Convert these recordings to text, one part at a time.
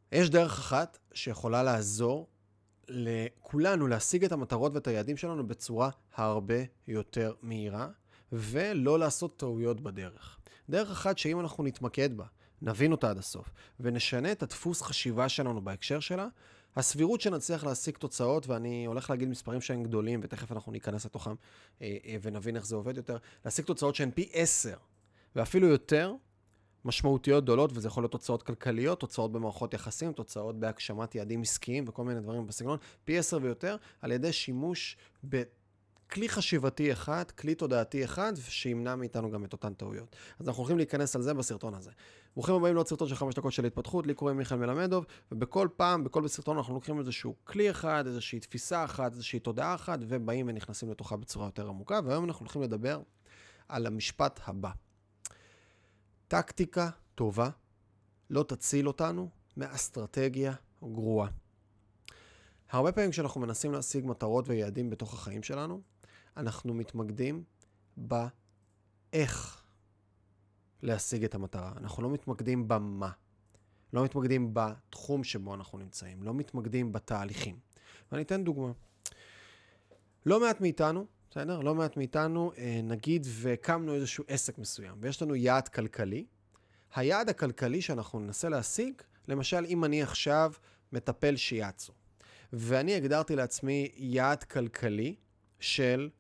יש דרך אחת שיכולה לעזור לכולנו להשיג את המטרות ואת היעדים שלנו בצורה הרבה יותר מהירה, ולא לעשות טעויות בדרך. דרך אחת שאם אנחנו נתמקד בה, נבין אותה עד הסוף, ונשנה את הדפוס חשיבה שלנו בהקשר שלה, הסבירות שנצליח להשיג תוצאות, ואני הולך להגיד מספרים שהם גדולים, ותכף אנחנו ניכנס לתוכם ונבין איך זה עובד יותר, להשיג תוצאות שהן פי 10, ואפילו יותר, משמעותיות גדולות, וזה יכול להיות תוצאות כלכליות, תוצאות במערכות יחסים, תוצאות בהגשמת יעדים עסקיים וכל מיני דברים בסגנון, פי 10 ויותר, על ידי שימוש בכלי חשיבתי אחד, כלי תודעתי אחד, שימנע מאיתנו גם את אותן טעויות. אז אנחנו הולכים להיכנס על זה בסרטון הזה. ברוכים הבאים לעוד סרטון של 5 דקות של התפתחות, לי קוראים מיכאל מלמדוב, ובכל פעם, בכל סרטון אנחנו לוקחים איזשהו כלי אחד, איזושהי תפיסה אחת, איזושהי תודעה אחת, ובאים ונכנסים לתוכה בצורה יותר עמוקה, והיום אנחנו הולכים לדבר על המשפט הבא. טקטיקה טובה לא תציל אותנו מאסטרטגיה גרועה. הרבה פעמים כשאנחנו מנסים להשיג מטרות ויעדים בתוך החיים שלנו, אנחנו מתמקדים באיך להשיג את המטרה. אנחנו לא מתמקדים במה. לא מתמקדים בתחום שבו אנחנו נמצאים. לא מתמקדים בתהליכים. ואני אתן דוגמה. לא מעט מאיתנו, בסדר? לא מעט מאיתנו, נגיד, וקמנו איזשהו עסק מסוים, ויש לנו יעד כלכלי. היעד הכלכלי שאנחנו ננסה להשיג, למשל, אם אני עכשיו מטפל שיאצו, ואני הגדרתי לעצמי יעד כלכלי של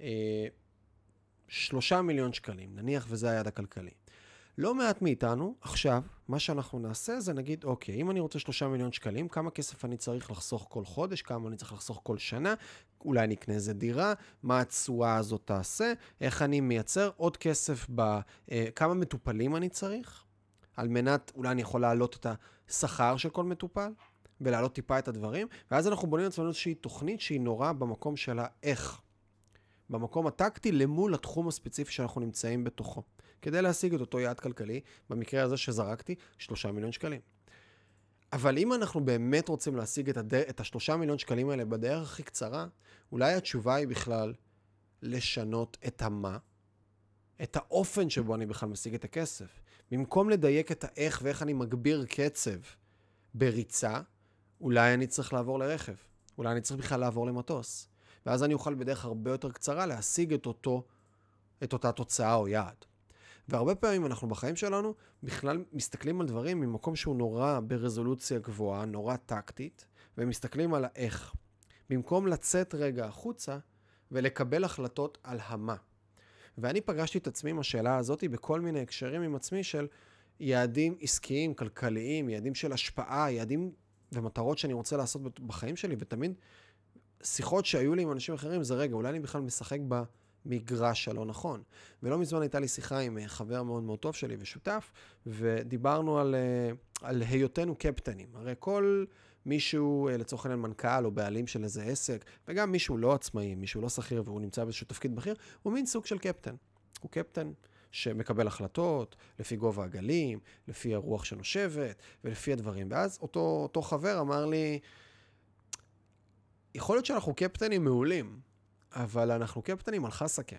3 מיליון שקלים, נניח וזה היעד הכלכלי. לא מעט מאיתנו, עכשיו, מה שאנחנו נעשה זה נגיד, אוקיי, אם אני רוצה 3 מיליון שקלים, כמה כסף אני צריך לחסוך כל חודש, כמה אני צריך לחסוך כל שנה, אולי אני אקנה איזה דירה, מה התשואה הזאת תעשה, איך אני מייצר עוד כסף, כמה מטופלים אני צריך, על מנת, אולי אני יכול להעלות את השכר של כל מטופל, ולהעלות טיפה את הדברים, ואז אנחנו בונים לעצמנו איזושהי תוכנית שהיא נורא במקום של האיך. במקום הטקטי למול התחום הספציפי שאנחנו נמצאים בתוכו. כדי להשיג את אותו יעד כלכלי, במקרה הזה שזרקתי, 3 מיליון שקלים. אבל אם אנחנו באמת רוצים להשיג את ה3 מיליון שקלים האלה בדרך הכי קצרה, אולי התשובה היא בכלל לשנות את המה, את האופן שבו אני בכלל משיג את הכסף. במקום לדייק את האיך ואיך אני מגביר קצב בריצה, אולי אני צריך לעבור לרכב. אולי אני צריך בכלל לעבור למטוס. ואז אני אוכל בדרך הרבה יותר קצרה להשיג את אותה תוצאה או יעד. והרבה פעמים אנחנו בחיים שלנו בכלל מסתכלים על דברים ממקום שהוא נורא ברזולוציה גבוהה, נורא טקטית, ומסתכלים על האיך. במקום לצאת רגע החוצה ולקבל החלטות על המה. ואני פגשתי את עצמי עם השאלה הזאת בכל מיני הקשרים עם עצמי של יעדים עסקיים, כלכליים, יעדים של השפעה, יעדים ומטרות שאני רוצה לעשות בחיים שלי, ותמיד שיחות שהיו לי עם אנשים אחרים זה רגע, אולי אני בכלל משחק במגרש הלא נכון. ולא מזמן הייתה לי שיחה עם חבר מאוד מאוד טוב שלי ושותף, ודיברנו על היותנו קפטנים. הרי כל מישהו, לצורך העניין מנכ"ל או בעלים של איזה עסק, וגם מישהו לא עצמאי, מישהו לא שכיר והוא נמצא באיזשהו תפקיד בכיר, הוא מין סוג של קפטן. הוא קפטן שמקבל החלטות לפי גובה הגלים, לפי הרוח שנושבת ולפי הדברים. ואז אותו חבר אמר לי, יכול להיות שאנחנו קפטנים מעולים, אבל אנחנו קפטנים על חסקה.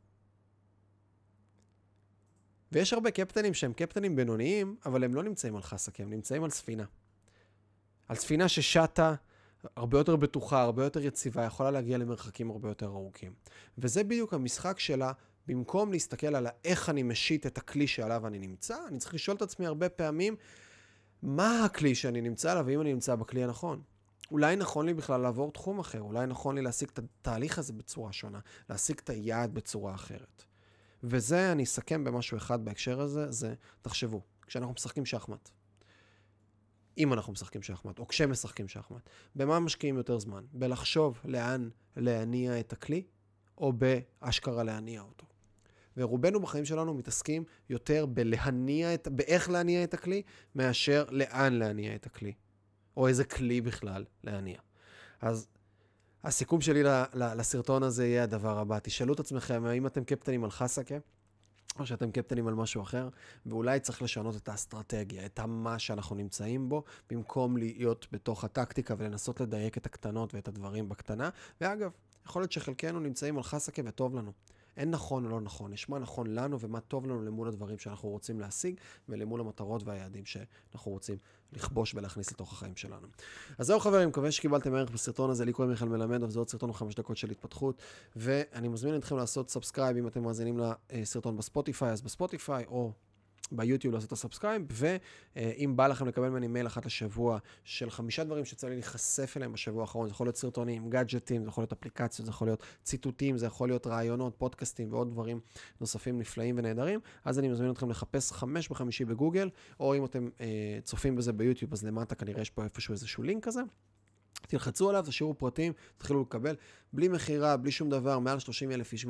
ויש הרבה קפטנים שהם קפטנים בינוניים, אבל הם לא נמצאים על חסקה, הם נמצאים על ספינה. על ספינה ששטה הרבה יותר בטוחה, הרבה יותר יציבה, יכולה להגיע למרחקים הרבה יותר ארוכים. וזה בדיוק המשחק שלה, במקום להסתכל על איך אני משית את הכלי שעליו אני נמצא, אני צריך לשאול את עצמי הרבה פעמים, מה הכלי שאני נמצא עליו, ואם אני נמצא בכלי הנכון. אולי נכון לי בכלל לעבור תחום אחר, אולי נכון לי להשיג את התהליך הזה בצורה שונה, להשיג את היעד בצורה אחרת. וזה אני אסכם במשהו אחד בהקשר הזה, זה תחשבו, כשאנחנו משחקים שחמט, אם אנחנו משחקים שחמט, או כשמשחקים שחמט, במה משקיעים יותר זמן? בלחשוב לאן להניע את הכלי, או באשכרה להניע אותו. ורובנו בחיים שלנו מתעסקים יותר באיך להניע את הכלי, מאשר לאן להניע את הכלי. או איזה כלי בכלל להניע. אז הסיכום שלי לסרטון הזה יהיה הדבר הבא. תשאלו את עצמכם, האם אתם קפטנים על חסקה, או שאתם קפטנים על משהו אחר, ואולי צריך לשנות את האסטרטגיה, את מה שאנחנו נמצאים בו, במקום להיות בתוך הטקטיקה ולנסות לדייק את הקטנות ואת הדברים בקטנה. ואגב, יכול להיות שחלקנו נמצאים על חסקה וטוב לנו. אין נכון או לא נכון, יש מה נכון לנו ומה טוב לנו למול הדברים שאנחנו רוצים להשיג, ולמול המטרות והיעדים שאנחנו רוצים לכבוש ולהכניס לתוך החיים שלנו. אז זהו חברים, מקווה שקיבלתם ערך בסרטון הזה, לי קוראים מיכאל מלמד, וזה עוד סרטון 5 דקות של התפתחות, ואני מזמין אתכם לעשות סאבסקרייב אם אתם מאזינים לסרטון בספוטיפיי, אז בספוטיפיי או ביוטיוב לעשות את הסאבסקרייב, ואם בא לכם לקבל ממני מייל אחת לשבוע של 5 דברים שצריך לי להיחשף אליהם בשבוע האחרון, זה יכול להיות סרטונים, גאדג'טים, זה יכול להיות אפליקציות, זה יכול להיות ציטוטים, זה יכול להיות רעיונות, פודקאסטים ועוד דברים נוספים נפלאים ונהדרים, אז אני מזמין אתכם לחפש 5 ב-5 בגוגל, או אם אתם צופים בזה ביוטיוב, אז למטה כנראה יש פה איזשהו לינק כזה. תלחצו עליו, תשאירו פרטים, תתחילו לקבל, בלי מחירה, בלי שום דבר, מעל 30,000 איש כבר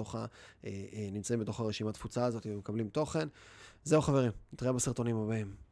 נמצאים בתוך הרשימת תפוצה הזאת ומקבלים תוכן. זהו חברים, נתראה בסרטונים הבאים.